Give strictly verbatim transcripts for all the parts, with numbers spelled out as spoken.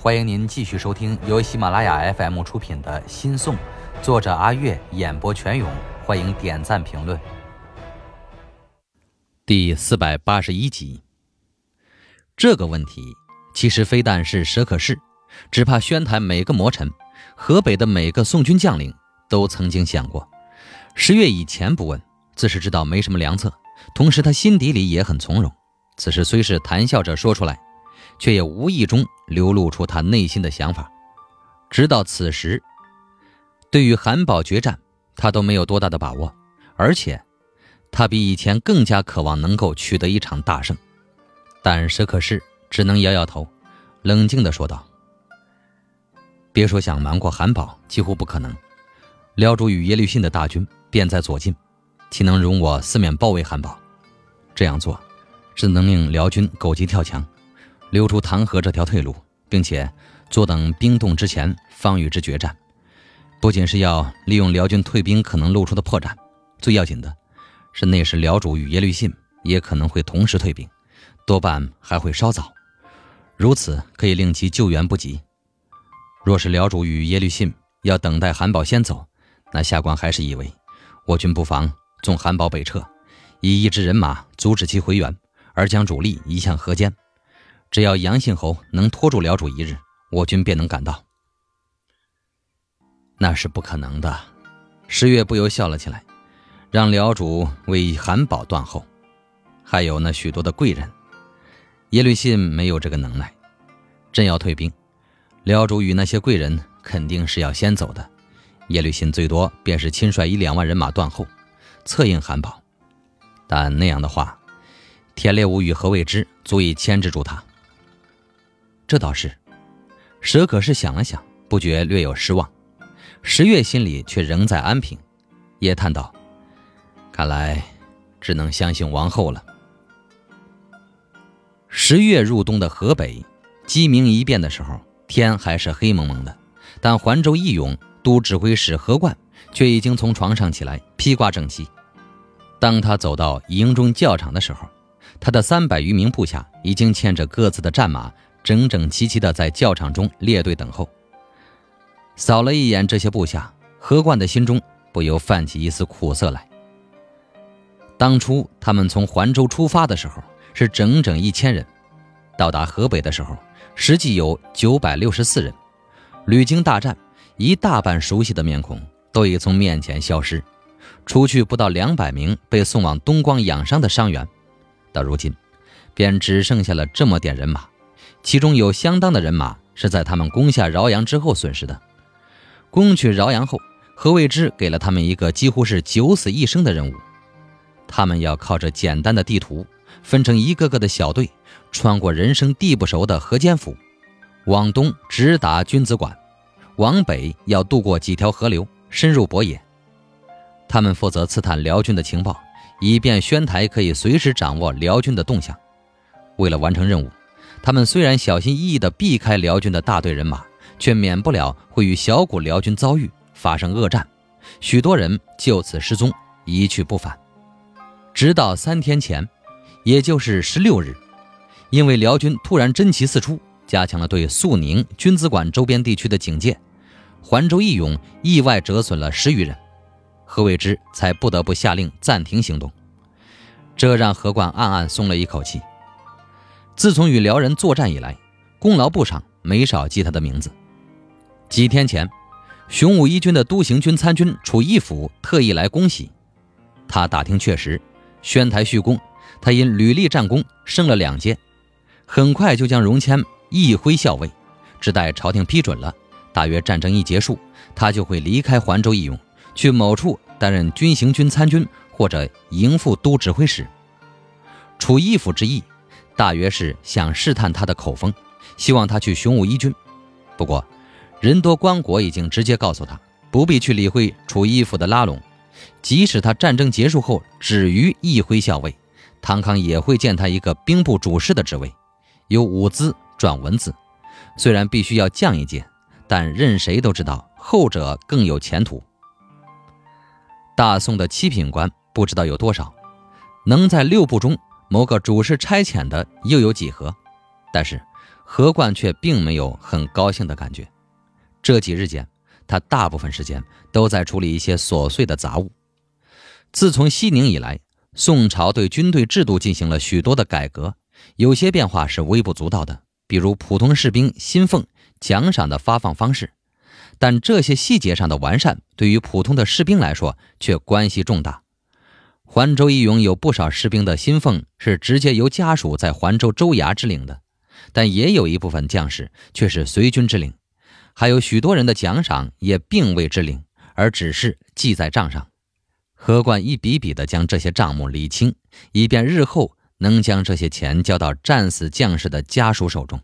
欢迎您继续收听由喜马拉雅 F M 出品的《新宋》，作者阿月，演播全勇。欢迎点赞评论。第四百八十一集。这个问题其实非但是佘可氏，只怕宣台每个谋臣，河北的每个宋军将领都曾经想过。十月以前不问，自是知道没什么良策，同时他心底里也很从容。此时虽是谈笑着说出来，却也无意中流露出他内心的想法。直到此时，对于韩宝决战，他都没有多大的把握，而且他比以前更加渴望能够取得一场大胜。但佘可氏只能摇摇头，冷静地说道：别说想瞒过韩宝，几乎不可能。辽主与耶律信的大军便在左近，岂能容我四面包围韩宝？这样做只能令辽军狗急跳墙，留出唐河这条退路，并且坐等兵动之前方与之决战。不仅是要利用辽军退兵可能露出的破绽，最要紧的是那时辽主与耶律信也可能会同时退兵，多半还会稍早，如此可以令其救援不及。若是辽主与耶律信要等待韩宝先走，那下官还是以为我军不妨纵韩宝北撤，以一支人马阻止其回援，而将主力移向河间。只要杨信侯能拖住辽主一日，我军便能赶到。那是不可能的。十月不由笑了起来，让辽主为韩宝断后，还有那许多的贵人。耶律信没有这个能耐，真要退兵，辽主与那些贵人肯定是要先走的。耶律信最多便是亲率一两万人马断后，策应韩宝。但那样的话，田烈武与何谓之足以牵制住他。这倒是。佘可氏想了想，不觉略有失望。十月心里却仍在安平，也叹道：看来只能相信王后了。十月入冬的河北，鸡鸣一变的时候，天还是黑蒙蒙的，但环州义勇都指挥使何冠却已经从床上起来，披挂整齐。当他走到营中教场的时候，他的三百余名部下已经牵着各自的战马，整整齐齐地在教场中列队等候。扫了一眼这些部下，何冠的心中不由泛起一丝苦涩来。当初他们从环州出发的时候是整整一千人，到达河北的时候实际有九百六十四人。屡经大战，一大半熟悉的面孔都已从面前消失，除去不到两百名被送往东光养伤的伤员，到如今便只剩下了这么点人马，其中有相当的人马是在他们攻下饶阳之后损失的。攻取饶阳后，何谓之给了他们一个几乎是九死一生的任务。他们要靠着简单的地图，分成一个个的小队，穿过人生地不熟的河间府，往东直达君子馆，往北要渡过几条河流，深入博野。他们负责刺探辽军的情报，以便宣台可以随时掌握辽军的动向。为了完成任务，他们虽然小心翼翼地避开辽军的大队人马，却免不了会与小股辽军遭遇，发生恶战，许多人就此失踪，一去不返。直到三天前，也就是十六日，因为辽军突然珍奇四出，加强了对肃宁、君子馆周边地区的警戒，环州义勇意外折损了十余人，何谓之才不得不下令暂停行动。这让何冠暗暗松了一口气。自从与辽人作战以来，功劳簿上没少记他的名字。几天前，雄武一军的都行军参军楚义府特意来恭喜他，打听确实，宣台续功，他因屡立战功升了两阶，很快就将荣迁义徽校尉，只待朝廷批准了，大约战争一结束，他就会离开环州义勇，去某处担任军行军参军或者营副都指挥使。楚义府之意大约是想试探他的口风，希望他去雄武一军。不过人多关国已经直接告诉他，不必去理会楚义府的拉拢，即使他战争结束后止于义徽校尉，唐康也会见他一个兵部主事的职位，由武资转文字，虽然必须要降一阶，但任谁都知道后者更有前途。大宋的七品官不知道有多少，能在六部中某个主事差遣的又有几何？但是何冠却并没有很高兴的感觉。这几日间，他大部分时间都在处理一些琐碎的杂物。自从西宁以来，宋朝对军队制度进行了许多的改革，有些变化是微不足道的，比如普通士兵薪俸、奖赏的发放方式。但这些细节上的完善，对于普通的士兵来说却关系重大。环州义勇有不少士兵的薪俸是直接由家属在环州州衙支领的，但也有一部分将士却是随军支领，还有许多人的奖赏也并未支领，而只是记在账上。何冠一笔笔地将这些账目理清，以便日后能将这些钱交到战死将士的家属手中。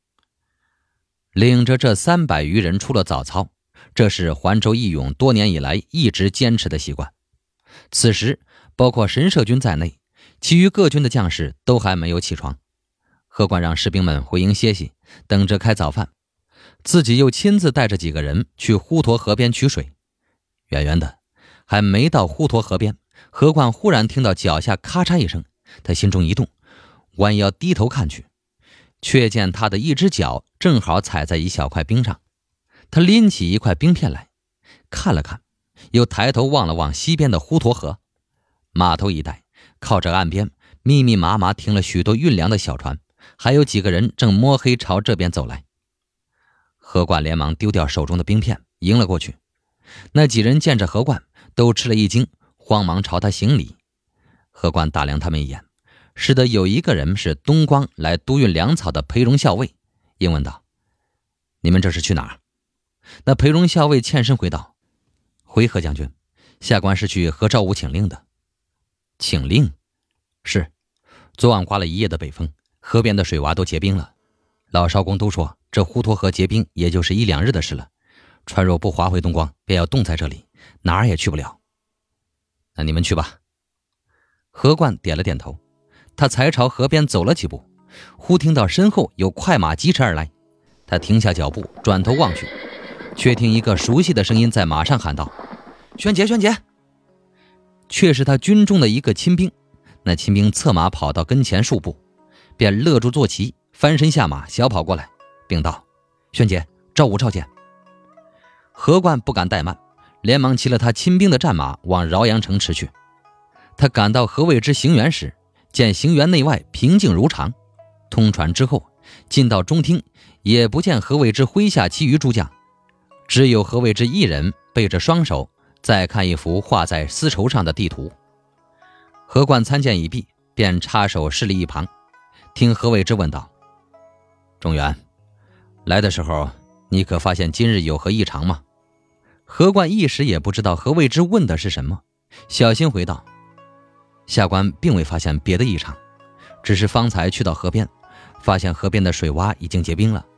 领着这三百余人出了早操，这是环州义勇多年以来一直坚持的习惯。此时包括神社军在内，其余各军的将士都还没有起床。何冠让士兵们回营歇息，等着开早饭，自己又亲自带着几个人去滹沱河边取水。远远的，还没到滹沱河边，何冠忽然听到脚下咔嚓一声，他心中一动，弯腰低头看去，却见他的一只脚正好踩在一小块冰上。他拎起一块冰片来看了看，又抬头望了望西边的滹沱河。码头一带靠着岸边密密麻麻停了许多运粮的小船，还有几个人正摸黑朝这边走来。何冠连忙丢掉手中的冰片，迎了过去。那几人见着何冠都吃了一惊，慌忙朝他行礼。何冠打量他们一眼，识得有一个人是东光来督运粮草的裴荣校尉，应问道：你们这是去哪儿？那裴荣校尉欠身回道：回何将军，下官是去何昭武请令的。请令？是，昨晚刮了一夜的北风，河边的水洼都结冰了。老艄公都说这滹沱河结冰也就是一两日的事了，船若不划回东光，便要冻在这里，哪儿也去不了。那你们去吧。何冠点了点头，他才朝河边走了几步，忽听到身后有快马疾驰而来。他停下脚步，转头望去，却听一个熟悉的声音在马上喊道：宣杰，宣杰！却是他军中的一个亲兵。那亲兵策马跑到跟前数步，便勒住坐骑，翻身下马，小跑过来，并道：宣杰，赵武召见。何冠不敢怠慢，连忙骑了他亲兵的战马往饶阳城驰去。他赶到何谓之行辕时，见行辕内外平静如常。通传之后，进到中厅，也不见何谓之麾下其余诸将，只有何谓之一人背着双手再看一幅画在丝绸上的地图。何冠参见已毕，便插手侍立一旁，听何谓之问道：中原，来的时候你可发现今日有何异常吗？何冠一时也不知道何谓之问的是什么，小心回道：下官并未发现别的异常，只是方才去到河边，发现河边的水洼已经结冰了。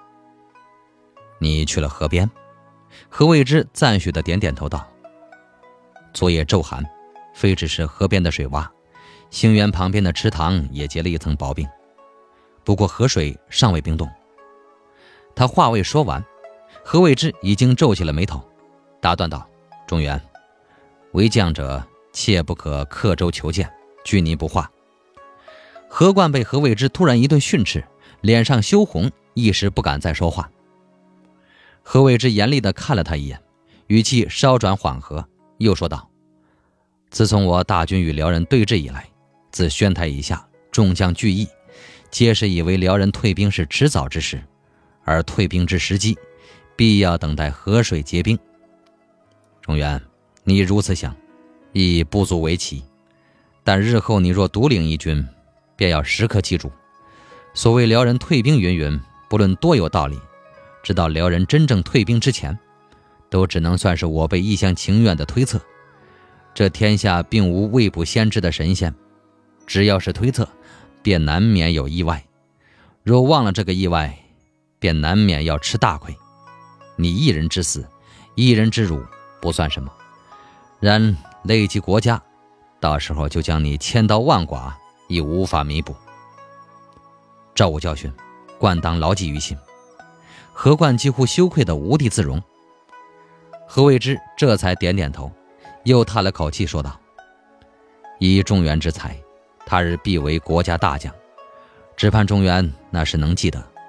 你去了河边？何谓之赞许的点点头道：昨夜骤寒，非只是河边的水洼，行辕旁边的池塘也结了一层薄冰，不过河水尚未冰冻。他话未说完，何谓之已经皱起了眉头，打断道：中原，为将者切不可刻舟求剑，拘泥不化。何冠被何谓之突然一顿训斥，脸上羞红，一时不敢再说话。何谓之严厉地看了他一眼，语气稍转缓和，又说道：自从我大军与辽人对峙以来，自宣台以下众将聚义，皆是以为辽人退兵是迟早之事，而退兵之时机必要等待河水结冰。中原，你如此想亦不足为奇，但日后你若独领一军，便要时刻记住，所谓辽人退兵云云，不论多有道理，直到辽人真正退兵之前，都只能算是我辈一厢情愿的推测。这天下并无未卜先知的神仙，只要是推测，便难免有意外。若忘了这个意外，便难免要吃大亏。你一人之死，一人之辱不算什么，然累及国家，到时候就将你千刀万剐，亦无法弥补。赵武教训，冠当牢记于心。何冠几乎羞愧得无地自容。何谓之这才点点头，又叹了口气说道：以中原之才，他日必为国家大将，只盼中原那时能记得，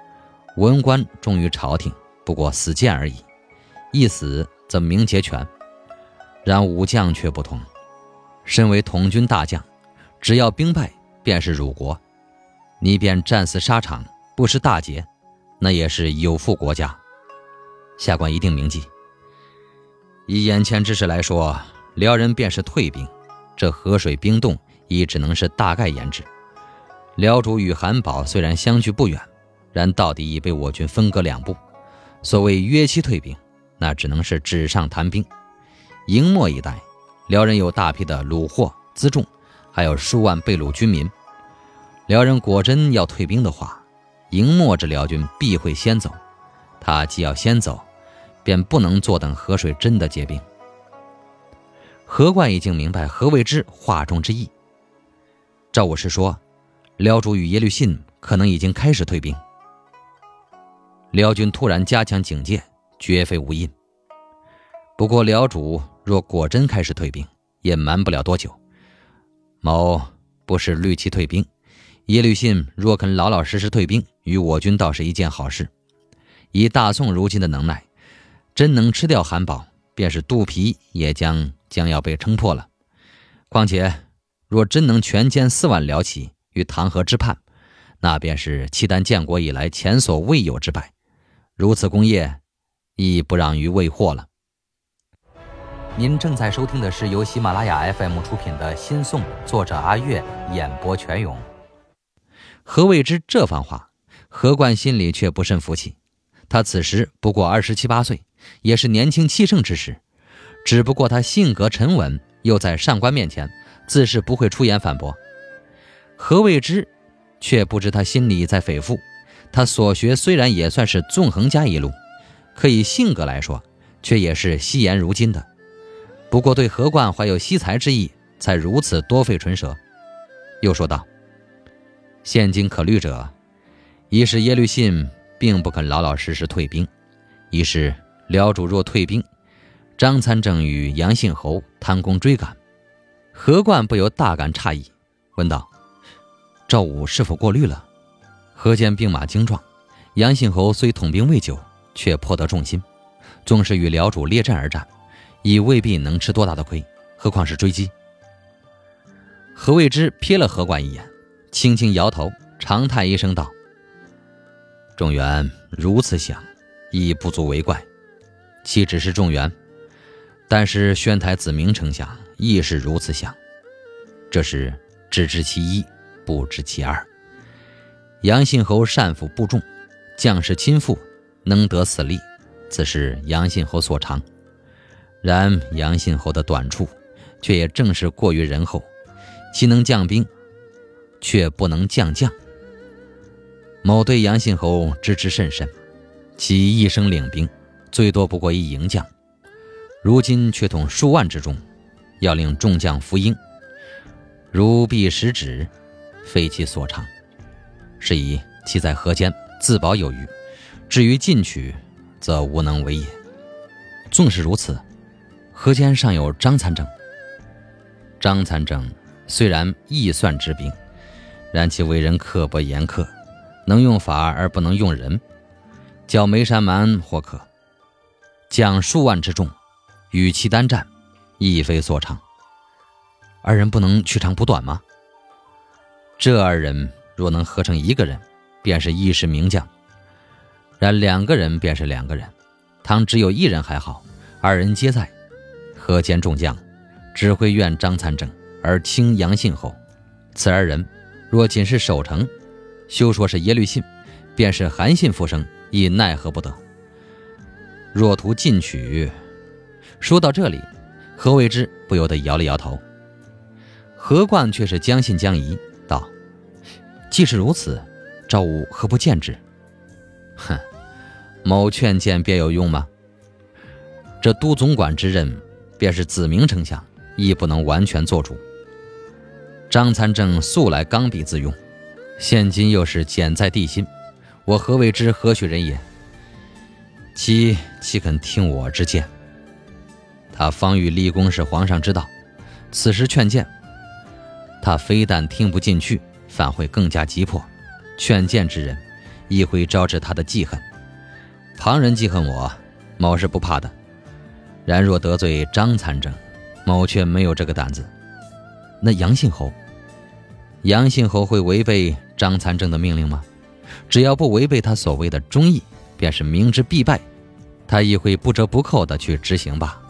文官忠于朝廷，不过死谏而已，一死则名皆全。然武将却不同，身为统军大将，只要兵败便是辱国，你便战死沙场，不失大节，那也是有负国家。下官一定铭记。以眼前之事来说，辽人便是退兵，这河水冰冻亦只能是大概言之。辽主与韩宝虽然相距不远，然到底已被我军分割两部。所谓约期退兵，那只能是纸上谈兵。营漠一带，辽人有大批的虏获辎重，还有数万被掳军民。辽人果真要退兵的话，营漠之辽军必会先走，他既要先走，便不能坐等河水真的结冰。何冠已经明白何谓之话中之意。赵武士说，辽主与耶律信可能已经开始退兵。辽军突然加强警戒，绝非无因。不过辽主若果真开始退兵，也瞒不了多久。某不是虑其退兵，耶律信若肯老老实实退兵，与我军倒是一件好事。以大宋如今的能耐，真能吃掉韩宝，便是肚皮也将将要被撑破了。况且若真能全歼四万辽骑于唐河之畔，那便是契丹建国以来前所未有之败。如此功业，亦不让于未获了。您正在收听的是由喜马拉雅 F M 出品的《新宋》，作者阿月，演播全勇。何谓之这番话？何冠心里却不甚服气。他此时不过二十七八岁，也是年轻气盛之时，只不过他性格沉稳，又在上官面前自是不会出言反驳。何谓之却不知他心里在诽咐。他所学虽然也算是纵横家一路，可以性格来说，却也是惜言如金的。不过对何冠怀有惜才之意，才如此多费唇舌。又说道，现今可虑者，一是耶律信并不肯老老实实退兵，一是辽主若退兵，张参政与杨信侯贪功追赶。何冠不由大感诧异，问道，赵武是否过虑了？河间兵马精壮，杨信侯虽统兵未久，却颇得众心，纵是与辽主列阵而战，已未必能吃多大的亏，何况是追击。何谓之瞥了何冠一眼，轻轻摇头，长叹一声道，众元如此想，亦不足为怪。岂只是众元，但是宣台子明丞相亦是如此想。这是只知其一，不知其二。杨信侯善抚部众，将士亲附，能得此利，此是杨信侯所长。然杨信侯的短处，却也正是过于仁厚，其能将兵，却不能将将。某对杨信侯知之甚深，其一生领兵，最多不过一营将，如今却统数万之众，要令众将服膺，如必实指，非其所长。是以其在河间自保有余，至于进取，则无能为也。纵是如此，河间尚有张参政。张参政虽然易算之兵，然其为人刻薄严苛，能用法而不能用人，较眉山蛮或可。将数万之众，与其单战，亦非所长。二人不能取长补短吗？这二人若能合成一个人，便是一时名将。然两个人便是两个人，倘只有一人还好，二人皆在，河间众将只会怨张参政，而轻杨信侯。此二人若仅是守城，休说是耶律信，便是韩信复生，亦奈何不得。若图进取，说到这里，何谓之不由得摇了摇头。何冠却是将信将疑，道，既是如此，赵武何不见之？哼，某劝谏别有用吗？这都总管之任，便是子明丞相，亦不能完全做主。张参政素来刚愎自用，现今又是简在地心，我何谓之何许人也？其岂肯听我之见？他方欲立功是皇上之道，此时劝谏，他非但听不进去，反会更加急迫。劝谏之人， 亦会招致他的记恨。旁人记恨我，某是不怕的，然若得罪张参政，某却没有这个胆子。那杨信侯，杨信侯会违背张参政的命令吗？只要不违背他所谓的忠义，便是明知必败，他亦会不折不扣地去执行吧。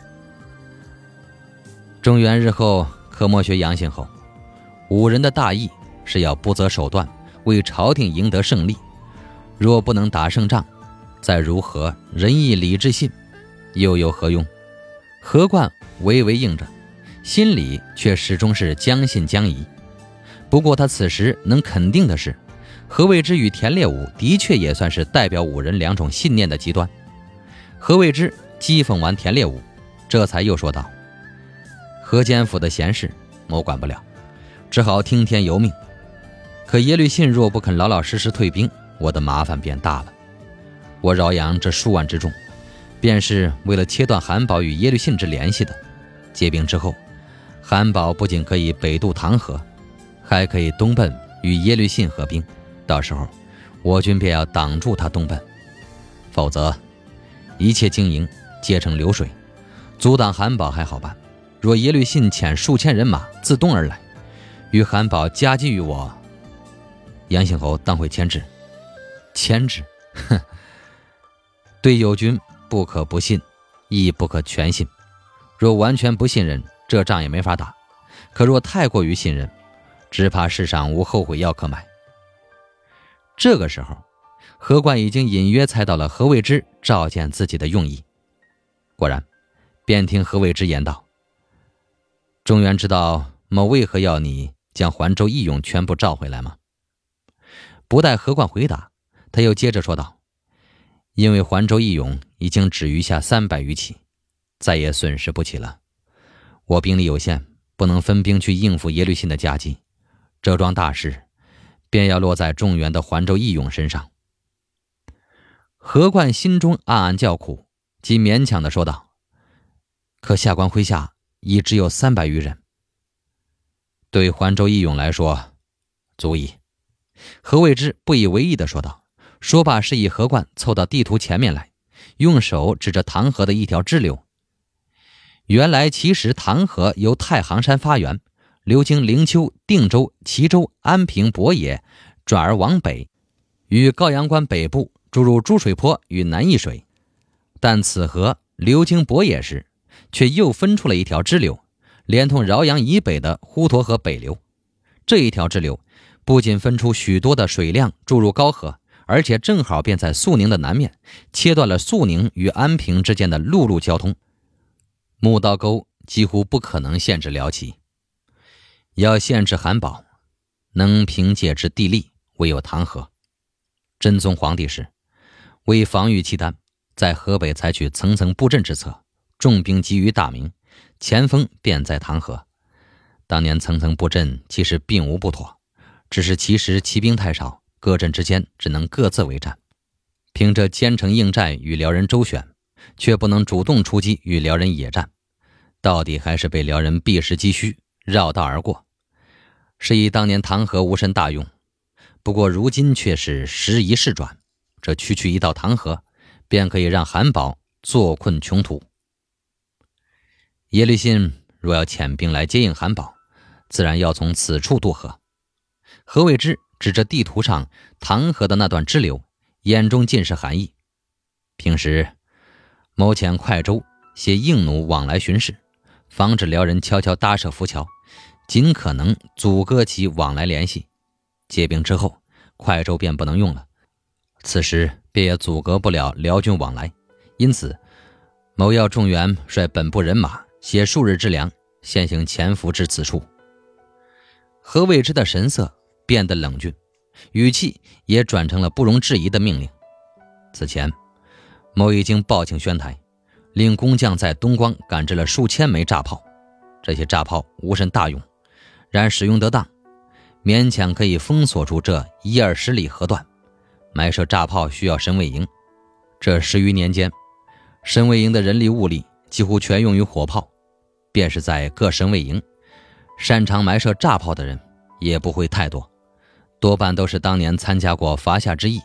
中原日后可莫学杨信侯，武人的大义是要不择手段，为朝廷赢得胜利。若不能打胜仗，再如何仁义礼智信，又有何用？何冠微微应着，心里却始终是将信将疑。不过他此时能肯定的是，何谓之与田烈武的确也算是代表武人两种信念的极端。何谓之讥讽完田烈武，这才又说道：河间府的闲事某管不了，只好听天由命。可耶律信若不肯老老实实退兵，我的麻烦便大了。我饶阳这数万之众，便是为了切断韩宝与耶律信之联系的。结兵之后，韩宝不仅可以北渡唐河，还可以东奔与耶律信合兵，到时候我军便要挡住他东奔，否则一切经营皆成流水。阻挡韩宝还好办，若耶律信遣数千人马自东而来，与韩宝夹击于我，杨信侯当会牵制。牵制？哼！对友军不可不信，亦不可全信。若完全不信任，这仗也没法打；可若太过于信任，只怕世上无后悔药可买。这个时候，何冠已经隐约猜到了何谓之召见自己的用意。果然，便听何谓之言道：中原知道某为何要你将环州义勇全部召回来吗？不待何冠回答，他又接着说道：因为环州义勇已经只余下三百余骑，再也损失不起了。我兵力有限，不能分兵去应付耶律信的夹击，这桩大事便要落在中原的环州义勇身上。何冠心中暗暗叫苦，即勉强地说道：可下官麾下已只有三百余人。对环州义勇来说足矣。何谓之不以为意地说道。说罢，示意何冠凑到地图前面来，用手指着唐河的一条支流。原来其实唐河由太行山发源，流经灵丘、定州、齐州、安平、博野，转而往北，与高阳关北部注入珠水坡与南义水。但此河流经博野时，却又分出了一条支流，连同饶阳以北的滹沱河北流。这一条支流不仅分出许多的水量注入高河，而且正好便在肃宁的南面，切断了肃宁与安平之间的陆路交通。木刀沟几乎不可能限制辽骑，要限制韩宝，能凭借之地利唯有唐河。真宗皇帝时，为防御契丹，在河北采取层层布阵之策，重兵集于大明，前锋便在唐河。当年层层布阵其实并无不妥，只是其实骑兵太少，各阵之间只能各自为战，凭着坚城应战与辽人周旋，却不能主动出击与辽人野战，到底还是被辽人避实击虚，绕道而过。是以当年唐河无甚大用，不过如今却是时移势转，这区区一道唐河，便可以让韩宝坐困穷途。耶律信若要遣兵来接应韩宝，自然要从此处渡河。何谓之指着地图上唐河的那段支流，眼中尽是寒意。平时某遣快舟携硬弩往来巡视，防止辽人悄悄搭设浮桥，尽可能阻隔其往来联系。结兵之后，快舟便不能用了，此时便也阻隔不了辽军往来。因此某要众元率本部人马携数日之粮，先行潜伏至此处。何谓之的神色变得冷峻，语气也转成了不容置疑的命令。此前某已经报请宣台，令工匠在东光赶制了数千枚炸炮，这些炸炮无甚大用，然使用得当，勉强可以封锁住这一二十里河段。埋设炸炮需要神卫营，这十余年间，神卫营的人力物力几乎全用于火炮，便是在各神卫营，擅长埋设炸炮的人也不会太多，多半都是当年参加过伐夏之役，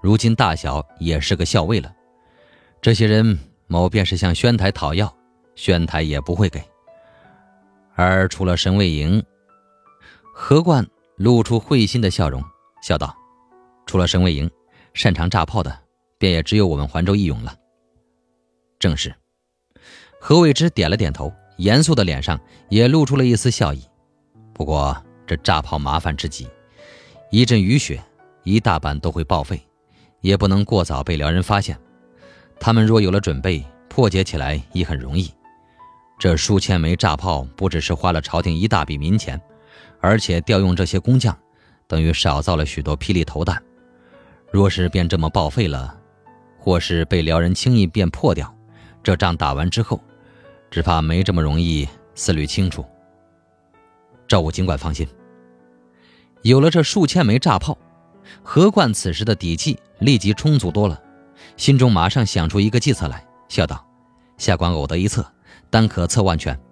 如今大小也是个校尉了。这些人某便是向宣台讨要，宣台也不会给。而除了神卫营，何冠露出会心的笑容，笑道：除了神卫营，擅长炸炮的便也只有我们环州义勇了。正是。何伟之点了点头，严肃的脸上也露出了一丝笑意。不过这炸炮麻烦之极，一阵雨雪一大半都会报废，也不能过早被辽人发现。他们若有了准备，破解起来亦很容易。这数千枚炸炮不只是花了朝廷一大笔民钱，而且调用这些工匠，等于少造了许多霹雳头弹。若是便这么报废了，或是被辽人轻易便破掉，这仗打完之后，只怕没这么容易思虑清楚。赵武尽管放心，有了这数千枚炸炮，何冠此时的底气立即充足多了，心中马上想出一个计策来，笑道：下官偶得一策，单可策万全。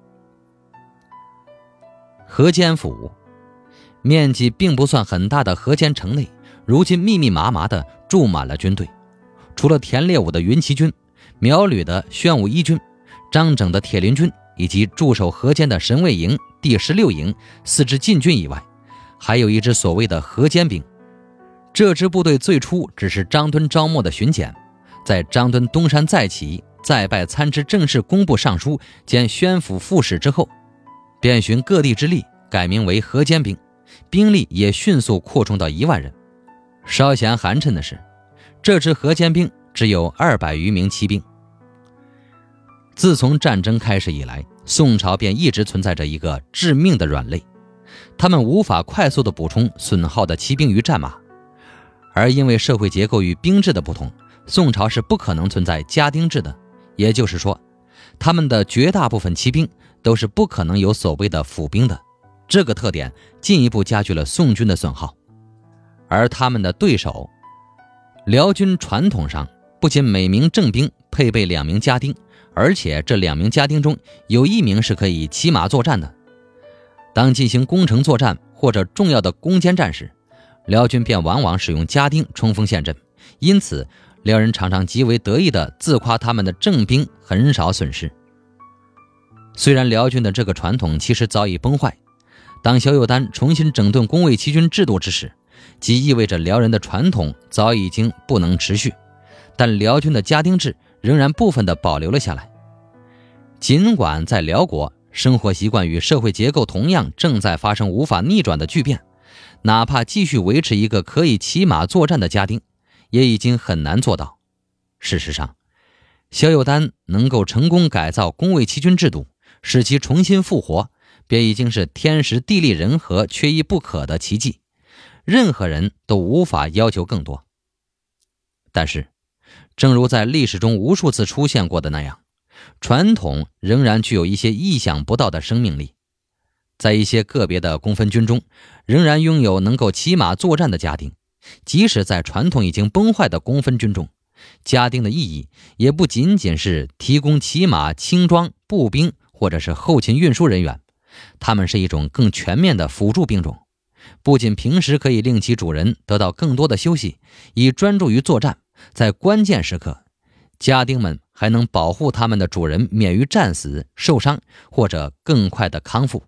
河间府面积并不算很大的河间城内，如今密密麻麻地住满了军队，除了田烈武的云骑军、苗吕的宣武一军、张整的铁林军以及驻守河间的神卫营第十六营四支禁军以外，还有一支所谓的河间兵。这支部队最初只是张敦招募的巡检，在张敦东山再起，再拜参知政事工部尚书兼宣府副使之后，便循各地之力改名为河间兵，兵力也迅速扩充到一万人。稍显寒碜的是，这支河间兵只有二百余名骑兵。自从战争开始以来，宋朝便一直存在着一个致命的软肋，他们无法快速地补充损耗的骑兵与战马。而因为社会结构与兵制的不同，宋朝是不可能存在家丁制的，也就是说，他们的绝大部分骑兵都是不可能有所谓的府兵的。这个特点进一步加剧了宋军的损耗。而他们的对手辽军传统上不仅每名正兵配备两名家丁，而且这两名家丁中有一名是可以骑马作战的。当进行攻城作战或者重要的攻坚战时，辽军便往往使用家丁冲锋陷阵，因此辽人常常极为得意地自夸他们的正兵很少损失。虽然辽军的这个传统其实早已崩坏，当萧友丹重新整顿攻卫骑军制度之时，即意味着辽人的传统早已经不能持续，但辽军的家丁制仍然部分地保留了下来。尽管在辽国生活习惯与社会结构同样正在发生无法逆转的巨变，哪怕继续维持一个可以骑马作战的家丁，也已经很难做到。事实上，萧友丹能够成功改造攻卫骑军制度，使其重新复活，便已经是天时地利人和缺一不可的奇迹，任何人都无法要求更多。但是正如在历史中无数次出现过的那样，传统仍然具有一些意想不到的生命力。在一些个别的功分军中，仍然拥有能够骑马作战的家丁。即使在传统已经崩坏的功分军中，家丁的意义也不仅仅是提供骑马、轻装、步兵或者是后勤运输人员，他们是一种更全面的辅助兵种。不仅平时可以令其主人得到更多的休息，以专注于作战，在关键时刻，家丁们还能保护他们的主人免于战死、受伤或者更快的康复。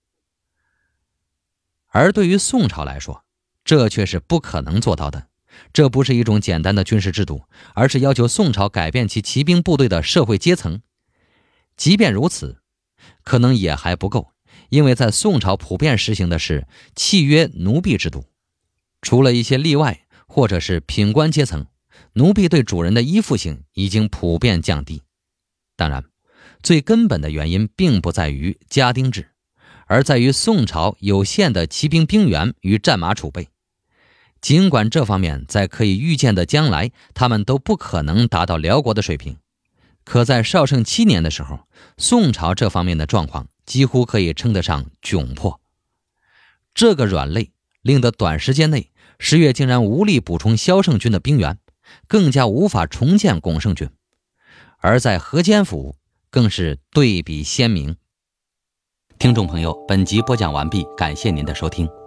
而对于宋朝来说，这却是不可能做到的。这不是一种简单的军事制度，而是要求宋朝改变其骑兵部队的社会阶层。即便如此，可能也还不够，因为在宋朝普遍实行的是契约奴婢制度，除了一些例外或者是品官阶层，奴婢对主人的依附性已经普遍降低。当然，最根本的原因并不在于家丁制，而在于宋朝有限的骑兵兵员与战马储备。尽管这方面在可以预见的将来他们都不可能达到辽国的水平，可在绍圣七年的时候，宋朝这方面的状况几乎可以称得上窘迫。这个软肋令得短时间内十月竟然无力补充萧胜军的兵员，更加无法重建巩胜军。而在河间府更是对比鲜明。听众朋友，本集播讲完毕，感谢您的收听。